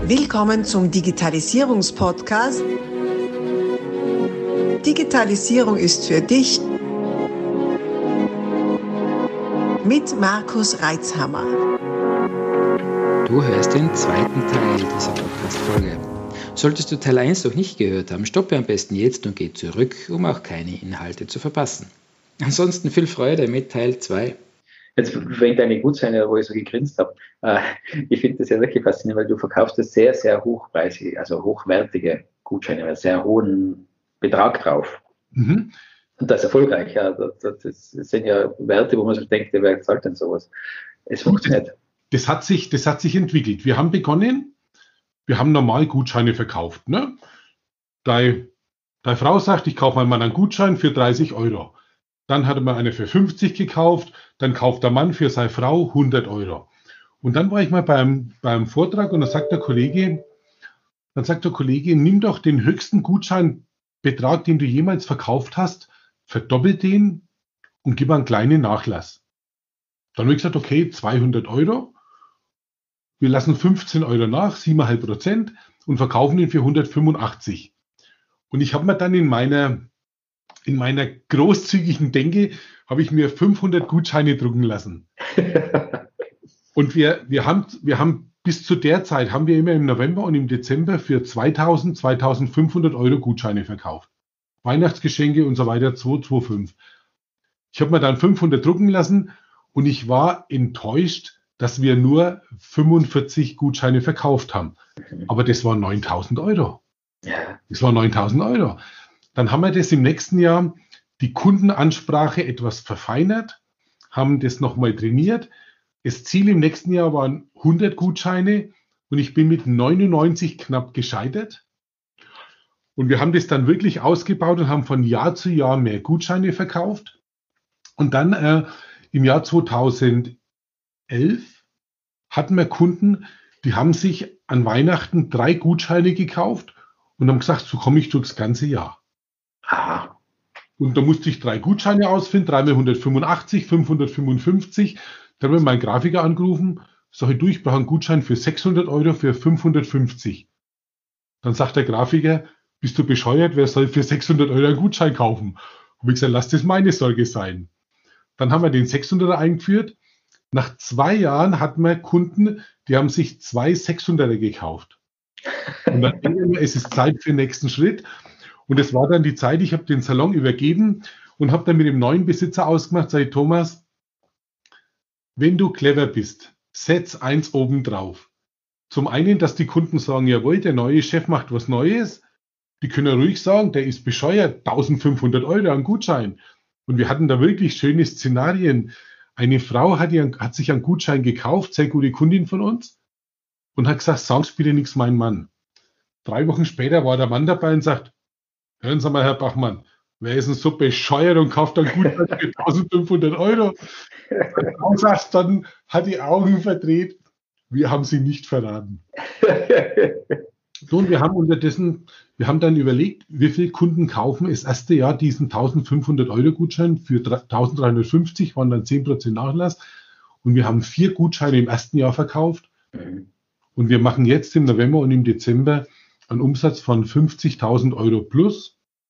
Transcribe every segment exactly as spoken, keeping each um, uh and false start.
Willkommen zum Digitalisierungspodcast. Digitalisierung ist für dich mit Markus Reitzhammer. Du hörst den zweiten Teil dieser Podcast-Folge. Solltest du Teil eins noch nicht gehört haben, stoppe am besten jetzt und geh zurück, um auch keine Inhalte zu verpassen. Ansonsten viel Freude mit Teil zwei. Jetzt wenn deine Gutscheine, wo ich so gegrinst habe. Äh, ich finde das ja wirklich faszinierend, weil du verkaufst das sehr, sehr hochpreisige, also hochwertige Gutscheine, mit sehr hohen Betrag drauf. Mhm. Und das ist erfolgreich. Ja. Das, das sind ja Werte, wo man sich denkt, wer zahlt denn sowas? Es funktioniert. Das hat sich, das hat sich entwickelt. Wir haben begonnen, wir haben normal Gutscheine verkauft. Ne? Deine, deine Frau sagt, ich kaufe mal einen Gutschein für dreißig Euro. Dann hat man eine für fünfzig gekauft, dann kauft der Mann für seine Frau hundert Euro. Und dann war ich mal beim, beim Vortrag und da sagt der Kollege, dann sagt der Kollege, nimm doch den höchsten Gutscheinbetrag, den du jemals verkauft hast, verdoppel den und gib einen kleinen Nachlass. Dann habe ich gesagt, okay, zweihundert Euro. Wir lassen fünfzehn Euro nach, sieben Komma fünf Prozent und verkaufen ihn für hundertfünfundachtzig. Und ich habe mir dann in meiner In meiner großzügigen Denke habe ich mir fünfhundert Gutscheine drucken lassen. Und wir, wir, haben, wir haben bis zu der Zeit, haben wir immer im November und im Dezember für zweitausend, zweitausendfünfhundert Euro Gutscheine verkauft. Weihnachtsgeschenke und so weiter, zweihundertfünfundzwanzig. Ich habe mir dann fünfhundert drucken lassen und ich war enttäuscht, dass wir nur fünfundvierzig Gutscheine verkauft haben. Aber das waren neuntausend Euro. Das waren neuntausend Euro. Dann haben wir das im nächsten Jahr, die Kundenansprache etwas verfeinert, haben das nochmal trainiert. Das Ziel im nächsten Jahr waren hundert Gutscheine und ich bin mit neunundneunzig knapp gescheitert. Und wir haben das dann wirklich ausgebaut und haben von Jahr zu Jahr mehr Gutscheine verkauft. Und dann äh, im Jahr zweitausendelf hatten wir Kunden, die haben sich an Weihnachten drei Gutscheine gekauft und haben gesagt, so komme ich durchs ganze Jahr. Aha. Und da musste ich drei Gutscheine ausfinden, dreimal hundertfünfundachtzig, fünfhundertfünfundfünfzig. Dann haben wir meinen Grafiker angerufen, sage ich, du, ich brauche einen Gutschein für sechshundert Euro für fünfhundertfünfzig. Dann sagt der Grafiker, bist du bescheuert, wer soll für sechshundert Euro einen Gutschein kaufen? Und ich gesagt, lass das meine Sorge sein. Dann haben wir den sechshunderter eingeführt. Nach zwei Jahren hatten wir Kunden, die haben sich zwei sechshunderter gekauft. Und dann denken wir, es ist Zeit für den nächsten Schritt. Und es war dann die Zeit, ich habe den Salon übergeben und habe dann mit dem neuen Besitzer ausgemacht, sage ich, Thomas, wenn du clever bist, setz eins oben drauf. Zum einen, dass die Kunden sagen, jawohl, der neue Chef macht was Neues. Die können ruhig sagen, der ist bescheuert, eintausendfünfhundert Euro an Gutschein. Und wir hatten da wirklich schöne Szenarien. Eine Frau hat, ihren, hat sich einen Gutschein gekauft, sehr gute Kundin von uns, und hat gesagt, sag's bitte nichts, mein Mann. Drei Wochen später war der Mann dabei und sagt, hören Sie mal, Herr Bachmann, wer ist denn so bescheuert und kauft einen Gutschein für eintausendfünfhundert Euro? Und sagt dann, hat die Augen verdreht, wir haben sie nicht verraten. So, und wir haben unterdessen, wir haben dann überlegt, wie viele Kunden kaufen das erste Jahr diesen eintausendfünfhundert Euro Gutschein für eintausenddreihundertfünfzig, waren dann zehn Prozent Nachlass. Und wir haben vier Gutscheine im ersten Jahr verkauft. Und wir machen jetzt im November und im Dezember einen Umsatz von fünfzigtausend Euro plus.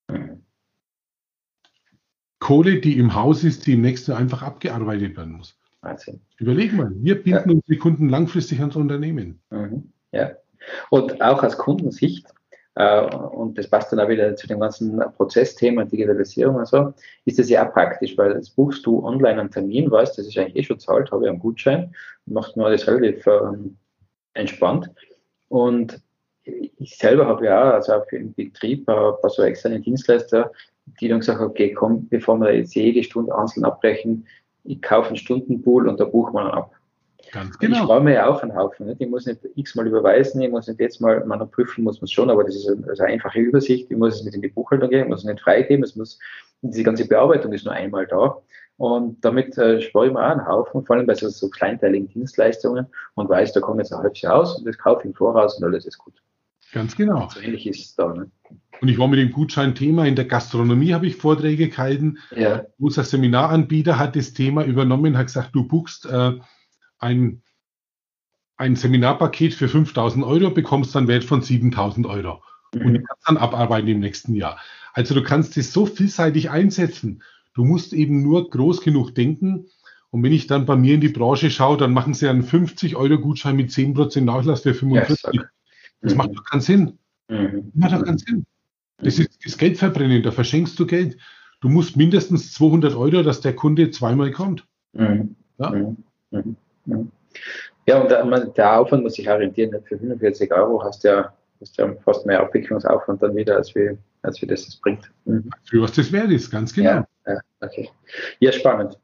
Kohle, die im Haus ist, die im nächsten Jahr einfach abgearbeitet werden muss. Wahnsinn. Überleg mal, wir binden ja. unsere Kunden langfristig ans Unternehmen. Mhm. Ja. Und auch aus Kundensicht, äh, und das passt dann auch wieder zu dem ganzen Prozessthema, Digitalisierung und so, ist das ja auch praktisch, weil jetzt buchst du online einen Termin, weißt, das ist eigentlich eh schon zahlt, habe ich einen Gutschein, macht man das relativ ähm, entspannt. Und ich selber habe ja auch, also auch für den Betrieb, ein paar so externe Dienstleister, die dann gesagt haben, okay, komm, bevor wir jetzt jede Stunde einzeln abbrechen, ich kaufe einen Stundenpool und da buchen wir dann ab. Ganz genau. Ich spare mir ja auch einen Haufen. Nicht? Ich muss nicht x-mal überweisen, ich muss nicht jetzt mal, man prüfen muss man es schon, aber das ist eine, also eine einfache Übersicht. Ich muss es nicht in die Buchhaltung gehen, ich muss es nicht freigeben, es muss, diese ganze Bearbeitung ist nur einmal da. Und damit äh, spare ich mir auch einen Haufen, vor allem bei so, so kleinteiligen Dienstleistungen und weiß, da kommt jetzt ein halbes Jahr aus und das kaufe ich im Voraus und alles ist gut. Ganz genau. So ähnlich ist es da. Ne? Und ich war mit dem Gutscheinthema in der Gastronomie, habe ich Vorträge gehalten. Ja. Unser Seminaranbieter hat das Thema übernommen, hat gesagt, du buchst äh, ein ein Seminarpaket für fünftausend Euro, bekommst dann Wert von siebentausend Euro. Mhm. Und du kannst dann abarbeiten im nächsten Jahr. Also du kannst das so vielseitig einsetzen. Du musst eben nur groß genug denken. Und wenn ich dann bei mir in die Branche schaue, dann machen sie einen fünfzig Euro Gutschein mit zehn Prozent Nachlass für fünfundvierzig. Ja, das mhm. macht doch keinen Sinn. Mhm. Das macht doch keinen Sinn. Das ist das Geldverbrennen, da verschenkst du Geld. Du musst mindestens zweihundert Euro, dass der Kunde zweimal kommt. Mhm. Ja? Mhm. Mhm. Ja, und der, der Aufwand muss sich orientieren. Für fünfundvierzig Euro hast du ja, hast ja fast mehr Abwicklungsaufwand dann wieder, als wie, als wie das, das bringt. Mhm. Für was das wert ist, ganz genau. Ja, ja, okay. Ja, spannend.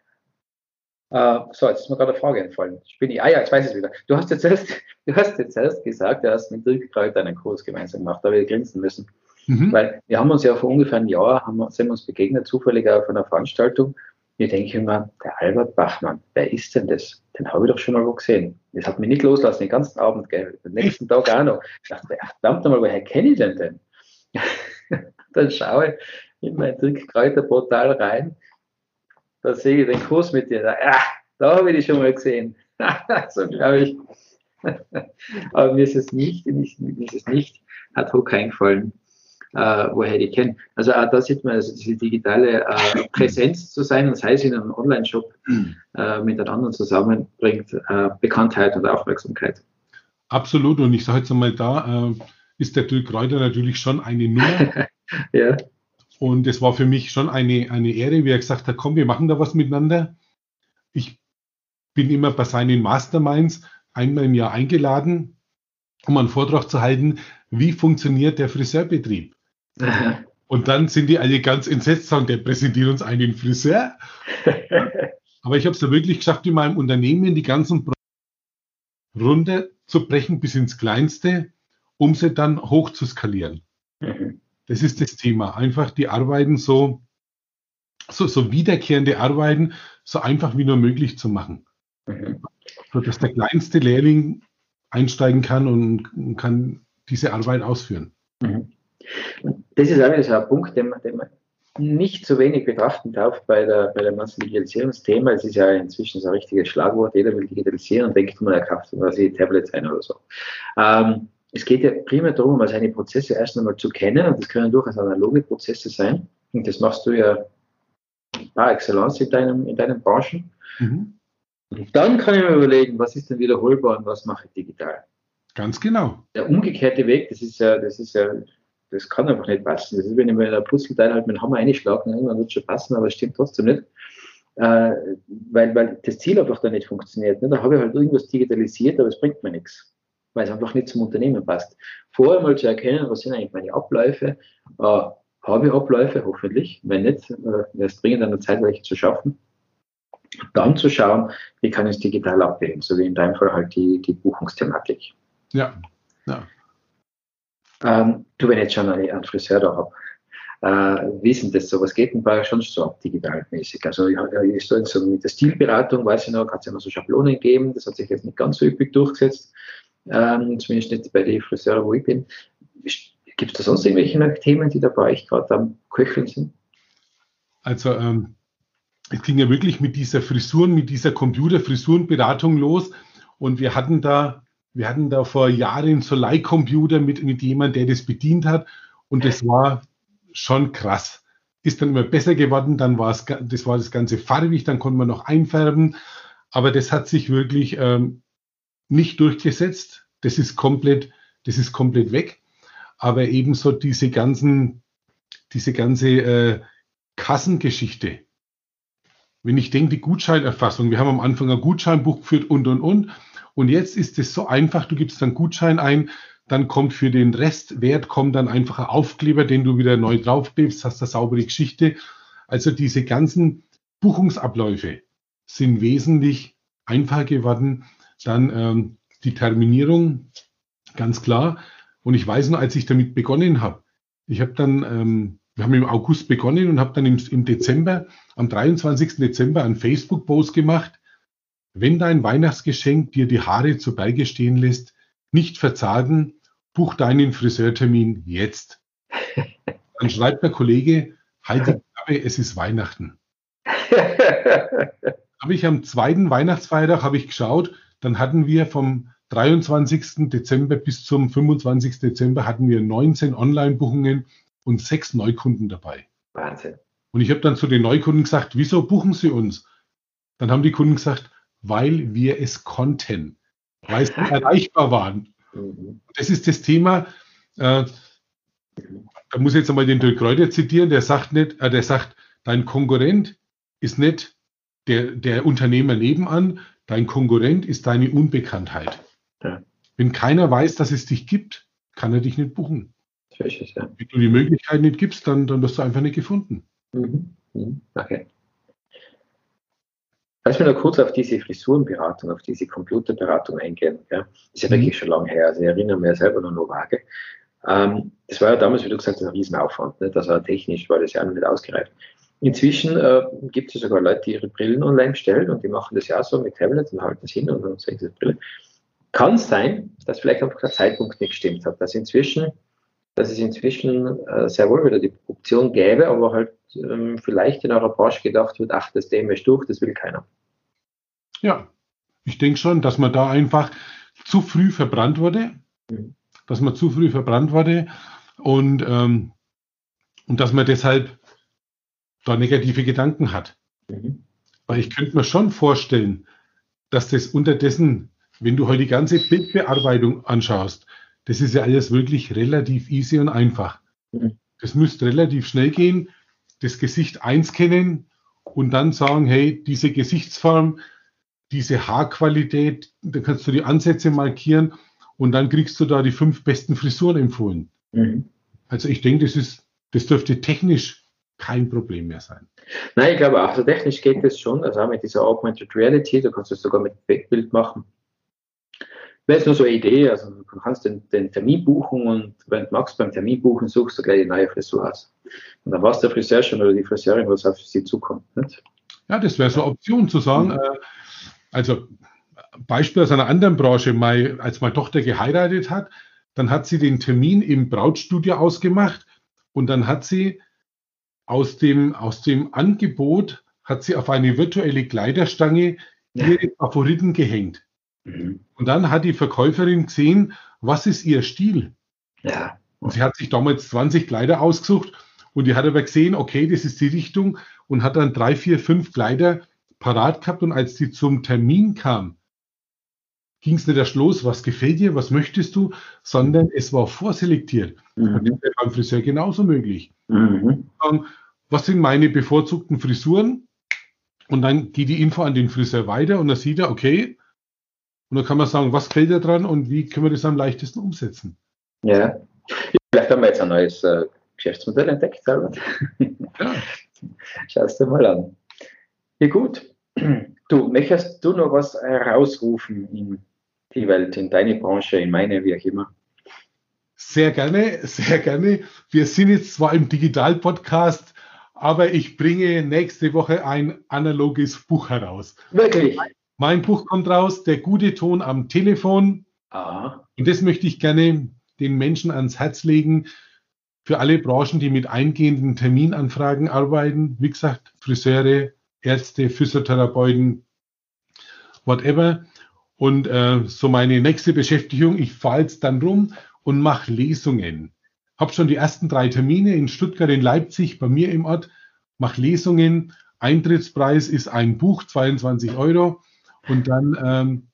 Uh, so, jetzt ist mir gerade eine Frage entfallen. Bin ich, ah ja, ich weiß es wieder. Du hast jetzt erst, du hast jetzt erst gesagt, du hast mit Dirk Kräuter einen Kurs gemeinsam gemacht, da habe ich grinsen müssen. Mhm. Weil wir haben uns ja vor ungefähr einem Jahr, haben wir, sind wir uns begegnet, zufällig auf einer Veranstaltung. Ich denke immer, der Albert Bachmann, wer ist denn das? Den habe ich doch schon mal wo gesehen. Das hat mich nicht losgelassen, den ganzen Abend, gell, den nächsten Tag auch noch. Ich dachte, verdammt nochmal, woher kenne ich den denn? Dann schaue ich in mein Dirk Kräuter Portal rein. Da sehe ich den Kurs mit dir. Da, ja, da habe ich dich schon mal gesehen. So glaube ich. Aber mir ist es nicht, mir ist es nicht ad hoc eingefallen, äh, woher ich die kenne. Also auch da sieht man, also diese digitale äh, Präsenz zu sein, das heißt in einem Online-Shop äh, mit den anderen zusammenbringt, äh, Bekanntheit und Aufmerksamkeit. Absolut. Und ich sage jetzt einmal, da äh, ist der Dirk Kräuter natürlich schon eine Nummer. Ja. Und es war für mich schon eine, eine Ehre, wie er gesagt hat, komm, wir machen da was miteinander. Ich bin immer bei seinen Masterminds einmal im Jahr eingeladen, um einen Vortrag zu halten, wie funktioniert der Friseurbetrieb. Aha. Und dann sind die alle ganz entsetzt und der präsentiert uns einen Friseur. Aber ich habe es da wirklich geschafft, in meinem Unternehmen die ganzen runterzubrechen bis ins Kleinste, um sie dann hoch zu skalieren. Mhm. Das ist das Thema. Einfach die Arbeiten so, so, so wiederkehrende Arbeiten so einfach wie nur möglich zu machen. Mhm. So dass der kleinste Lehrling einsteigen kann und kann diese Arbeit ausführen. Mhm. Das ist eigentlich so ein Punkt, den man, den man nicht so wenig betrachten darf bei der, bei dem ganzen Digitalisierungsthema. Es ist ja inzwischen so ein richtiges Schlagwort. Jeder will digitalisieren und denkt immer, er kauft quasi Tablets ein oder so. Ähm, Es geht ja primär darum, mal seine Prozesse erst einmal zu kennen, und das können durchaus analoge Prozesse sein. Und das machst du ja par excellence in, deinem, in deinen Branchen. Mhm. Und dann kann ich mir überlegen, was ist denn wiederholbar und was mache ich digital. Ganz genau. Der umgekehrte Weg, das ist ja, das ist ja, das kann einfach nicht passen. Das ist, wenn ich mir ein Puzzleteil halt mit dem Hammer einschlage, irgendwann wird es schon passen, aber es stimmt trotzdem nicht. Äh, weil, weil das Ziel einfach da nicht funktioniert. Ne? Da habe ich halt irgendwas digitalisiert, aber es bringt mir nichts, weil es einfach nicht zum Unternehmen passt. Vorher mal zu erkennen, was sind eigentlich meine Abläufe, äh, habe ich Abläufe, hoffentlich, wenn nicht, äh, wäre es dringend an der Zeit, welche zu schaffen. Dann zu schauen, wie kann ich es digital abbilden, so wie in deinem Fall halt die, die Buchungsthematik. Ja, ja. Ähm, du, wenn ich jetzt schon einen, einen Friseur da habe, äh, wissen das so, was geht denn bei schon so ab, digitalmäßig? Also ich, ich so, so mit der Stilberatung, weiß ich noch, hat es immer so Schablonen gegeben, das hat sich jetzt nicht ganz so üppig durchgesetzt. Ähm, zumindest nicht bei den Friseuren, wo ich bin. Gibt es da sonst irgendwelche Themen, die da bei euch gerade am Köcheln sind? Also ähm, es ging ja wirklich mit dieser Frisuren, mit dieser Computerfrisurenberatung los, und wir hatten da, wir hatten da vor Jahren so Leihcomputer mit, mit jemandem, der das bedient hat, und das war schon krass. Ist dann immer besser geworden, dann war es, das war das Ganze farbig, dann konnte man noch einfärben, aber das hat sich wirklich ähm, nicht durchgesetzt. Das ist komplett, das ist komplett weg. Aber ebenso diese ganzen, diese ganze äh, Kassengeschichte. Wenn ich denke, die Gutscheinerfassung, wir haben am Anfang ein Gutscheinbuch geführt und, und, und. Und jetzt ist es so einfach, du gibst dann Gutschein ein, dann kommt für den Restwert kommt dann einfach ein Aufkleber, den du wieder neu draufklebst, hast eine saubere Geschichte. Also diese ganzen Buchungsabläufe sind wesentlich einfacher geworden. Dann ähm, die Terminierung, ganz klar. Und ich weiß noch, als ich damit begonnen habe, ich habe dann, ähm, wir haben im August begonnen und habe dann im, im Dezember, am dreiundzwanzigsten Dezember einen Facebook-Post gemacht: Wenn dein Weihnachtsgeschenk dir die Haare zu Berge stehen lässt, nicht verzagen, buch deinen Friseurtermin jetzt. Dann schreibt der Kollege, halt die Klappe, es ist Weihnachten. Habe ich am zweiten Weihnachtsfeiertag habe ich geschaut, dann hatten wir vom dreiundzwanzigsten Dezember bis zum fünfundzwanzigsten Dezember hatten wir neunzehn Online-Buchungen und sechs Neukunden dabei. Wahnsinn. Und ich habe dann zu den Neukunden gesagt, wieso buchen Sie uns? Dann haben die Kunden gesagt, weil wir es konnten, weil sie erreichbar waren. Mhm. Das ist das Thema, äh, da muss ich jetzt einmal den Dirk Kräuter zitieren, der sagt nicht, äh, der sagt, dein Konkurrent ist nicht der, der Unternehmer nebenan, dein Konkurrent ist deine Unbekanntheit. Ja. Wenn keiner weiß, dass es dich gibt, kann er dich nicht buchen. Das ist es, ja. Wenn du die Möglichkeit nicht gibst, dann, dann wirst du einfach nicht gefunden. Mhm. Okay. Lass mich noch kurz auf diese Frisurenberatung, auf diese Computerberatung eingehen. Ja? Das ist ja mhm. wirklich schon lange her. Also ich erinnere mich ja selber noch, noch vage. Ähm, das war ja damals, wie du gesagt hast, ein Riesenaufwand. Nicht? Also technisch war das ja auch noch nicht ausgereift. Inzwischen äh, gibt es ja sogar Leute, die ihre Brillen online stellen und die machen das ja auch so mit Tablets und halten es hin und dann sehen sie die Brille. Kann es sein, dass vielleicht einfach der Zeitpunkt nicht gestimmt hat, dass inzwischen, dass es inzwischen äh, sehr wohl wieder die Option gäbe, aber halt ähm, vielleicht in eurer Branche gedacht wird, ach, das Thema ist durch, das will keiner. Ja, ich denke schon, dass man da einfach zu früh verbrannt wurde, mhm. dass man zu früh verbrannt wurde und, ähm, und dass man deshalb da negative Gedanken hat. Mhm. Weil ich könnte mir schon vorstellen, dass das unterdessen, wenn du heute die ganze Bildbearbeitung anschaust, das ist ja alles wirklich relativ easy und einfach. Mhm. Das müsste relativ schnell gehen, das Gesicht einscannen und dann sagen, hey, diese Gesichtsform, diese Haarqualität, da kannst du die Ansätze markieren und dann kriegst du da die fünf besten Frisuren empfohlen. Mhm. Also ich denke, das ist, das dürfte technisch kein Problem mehr sein. Nein, ich glaube auch, also technisch geht das schon, also auch mit dieser Augmented Reality, da kannst du es sogar mit Bild machen. Wäre jetzt nur so eine Idee, also du kannst den, den Termin buchen und wenn du magst beim Termin buchen, suchst du gleich die neue Frisur aus. Und dann weiß der Friseur schon oder die Friseurin, was auf sie zukommt. Nicht? Ja, das wäre so eine Option zu sagen, mhm. äh, also Beispiel aus einer anderen Branche, mein, als meine Tochter geheiratet hat, dann hat sie den Termin im Brautstudio ausgemacht und dann hat sie aus dem, aus dem Angebot, hat sie auf eine virtuelle Kleiderstange ja. ihre Favoriten gehängt. Mhm. Und dann hat die Verkäuferin gesehen, was ist ihr Stil? Ja. Und sie hat sich damals zwanzig Kleider ausgesucht und die hat aber gesehen, okay, das ist die Richtung und hat dann drei, vier, fünf Kleider parat gehabt und als die zum Termin kam, ging es nicht erst los, was gefällt dir, was möchtest du, sondern es war vorselektiert. Mhm. Und das wäre beim Friseur genauso möglich. Mhm. Was sind meine bevorzugten Frisuren? Und dann geht die Info an den Friseur weiter und dann sieht er, okay, und dann kann man sagen, was fällt dir dran und wie können wir das am leichtesten umsetzen? Ja, vielleicht haben wir jetzt ein neues äh, Geschäftsmodell entdeckt. Selber. Ja. Schau es dir mal an. Ja gut, du, möchtest du noch was herausrufen in die Welt, in deine Branche, in meine, wie auch immer? Sehr gerne, sehr gerne. Wir sind jetzt zwar im Digital-Podcast, aber ich bringe nächste Woche ein analoges Buch heraus. Wirklich? Mein Buch kommt raus, Der gute Ton am Telefon. Aha. Und das möchte ich gerne den Menschen ans Herz legen. Für alle Branchen, die mit eingehenden Terminanfragen arbeiten. Wie gesagt, Friseure, Ärzte, Physiotherapeuten, whatever. Und äh, so meine nächste Beschäftigung, ich fahre jetzt dann rum und mache Lesungen. Habe schon die ersten drei Termine in Stuttgart, in Leipzig, bei mir im Ort, mache Lesungen. Eintrittspreis ist ein Buch, zweiundzwanzig Euro. Und dann ähm,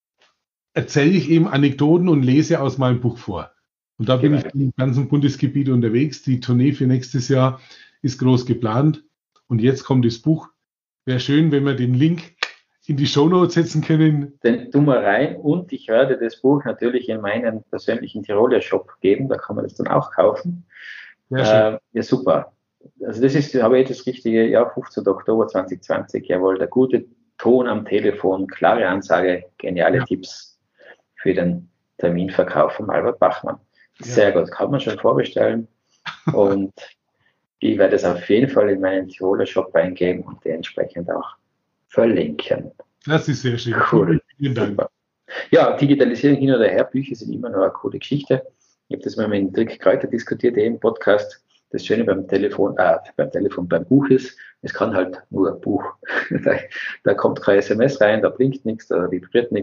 erzähle ich eben Anekdoten und lese aus meinem Buch vor. Und da bin ich im ganzen Bundesgebiet unterwegs. Die Tournee für nächstes Jahr ist groß geplant. Und jetzt kommt das Buch. Wäre schön, wenn wir den Link in die Shownotes setzen können. Den tun wir rein und ich werde das Buch natürlich in meinen persönlichen Tiroler Shop geben. Da kann man das dann auch kaufen. Äh, ja, super. Also das ist, habe ich das richtige, ja, fünfzehnten Oktober zweitausendzwanzig. Jawohl, der gute Ton am Telefon, klare Ansage, geniale ja. Tipps für den Terminverkauf von Albert Bachmann. Sehr ja. gut, kann man schon vorbestellen. Und ich werde es auf jeden Fall in meinen Tiroler Shop eingeben und entsprechend auch verlinken. Das ist sehr schön. Cool. Vielen Dank. Super. Ja, Digitalisierung hin oder her, Bücher sind immer noch eine coole Geschichte. Ich habe das mal mit Dirk Kräuter diskutiert, eh im Podcast. Das Schöne beim Telefon, äh, beim Telefon, beim Buch ist, es kann halt nur ein Buch. da, da kommt kein S M S rein, da blinkt nichts, da vibriert nichts.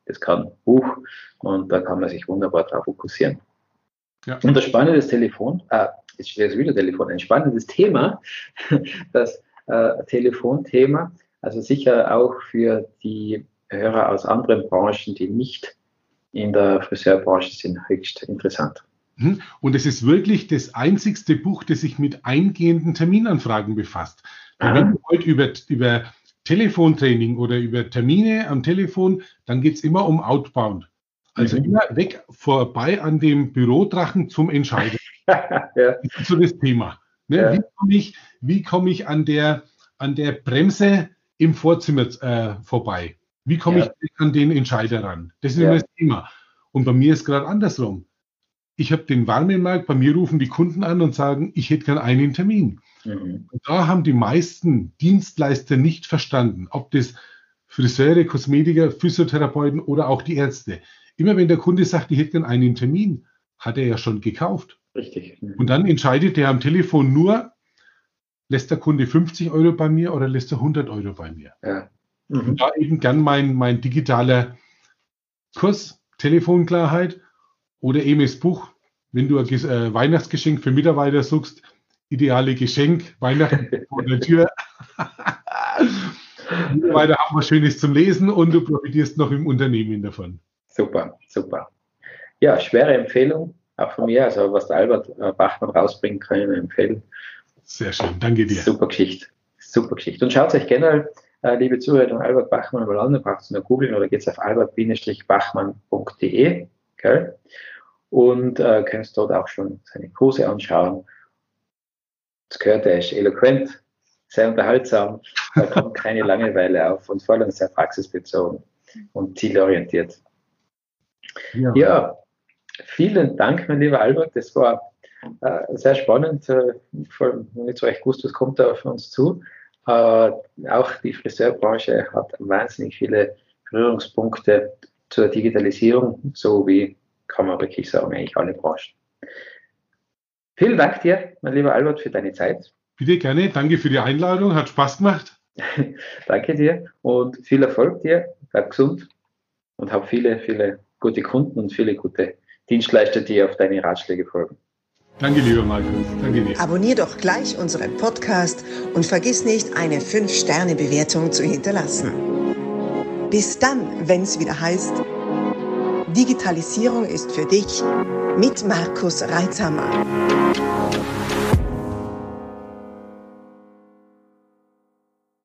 das kann Buch und da kann man sich wunderbar darauf fokussieren. Ja. Und das spannende Telefon, äh, jetzt steht jetzt wieder Telefon, ein spannendes Thema, das äh, Telefonthema, also sicher auch für die Hörer aus anderen Branchen, die nicht in der Friseurbranche sind, höchst interessant. Und es ist wirklich das einzigste Buch, das sich mit eingehenden Terminanfragen befasst. Weil wenn du heute über, über Telefontraining oder über Termine am Telefon, dann geht es immer um Outbound. Also mhm. immer weg, vorbei an dem Bürodrachen zum Entscheider. Ja. Das ist so das Thema. Ne? Ja. Wie komme ich, wie komme ich an der, an der Bremse im Vorzimmer äh, vorbei? Wie komme ja. ich an den Entscheider ran? Das ist ja. immer das Thema. Und bei mir ist gerade andersrum. Ich habe den warmen Markt, bei mir rufen die Kunden an und sagen, ich hätte gern einen Termin. Mhm. Und da haben die meisten Dienstleister nicht verstanden, ob das Friseure, Kosmetiker, Physiotherapeuten oder auch die Ärzte. Immer wenn der Kunde sagt, ich hätte gern einen Termin, hat er ja schon gekauft. Richtig. Mhm. Und dann entscheidet er am Telefon nur, lässt der Kunde fünfzig Euro bei mir oder lässt er hundert Euro bei mir. Ja. Mhm. Und da eben gern mein, mein digitaler Kurs, Telefonklarheit, oder eben das Buch, wenn du ein äh, Weihnachtsgeschenk für Mitarbeiter suchst, ideale Geschenk, Weihnachten vor der Tür. Mitarbeiter haben was Schönes zum Lesen und du profitierst noch im Unternehmen davon. Super, super. Ja, schwere Empfehlung, auch von mir, also was der Albert Bachmann rausbringen kann, ich empfehlen. Sehr schön, danke dir. Super Geschichte, super Geschichte. Und schaut euch generell, äh, liebe Zuhörer, Albert Bachmann mal an, da braucht ihr nur googeln oder geht auf albert Bachmann punkt de. Okay? Und äh, kannst dort auch schon seine Kurse anschauen. Das gehört, er ist eloquent, sehr unterhaltsam, da kommt keine Langeweile auf und vor allem sehr praxisbezogen und zielorientiert. Ja, ja, vielen Dank, mein lieber Albert, das war äh, sehr spannend, äh, vor nicht so recht gewusst, was kommt da auf uns zu. Äh, auch die Friseurbranche hat wahnsinnig viele Berührungspunkte zur Digitalisierung, so wie kann man wirklich sagen, eigentlich alle Branchen. Vielen Dank dir, mein lieber Albert, für deine Zeit. Bitte gerne, danke für die Einladung, hat Spaß gemacht. Danke dir und viel Erfolg dir, bleib gesund und hab viele, viele gute Kunden und viele gute Dienstleister, die auf deine Ratschläge folgen. Danke, lieber Markus, danke dir. Abonnier doch gleich unseren Podcast und vergiss nicht, eine fünf Sterne Bewertung zu hinterlassen. Bis dann, wenn es wieder heißt, Digitalisierung ist für dich mit Markus Reitzhammer.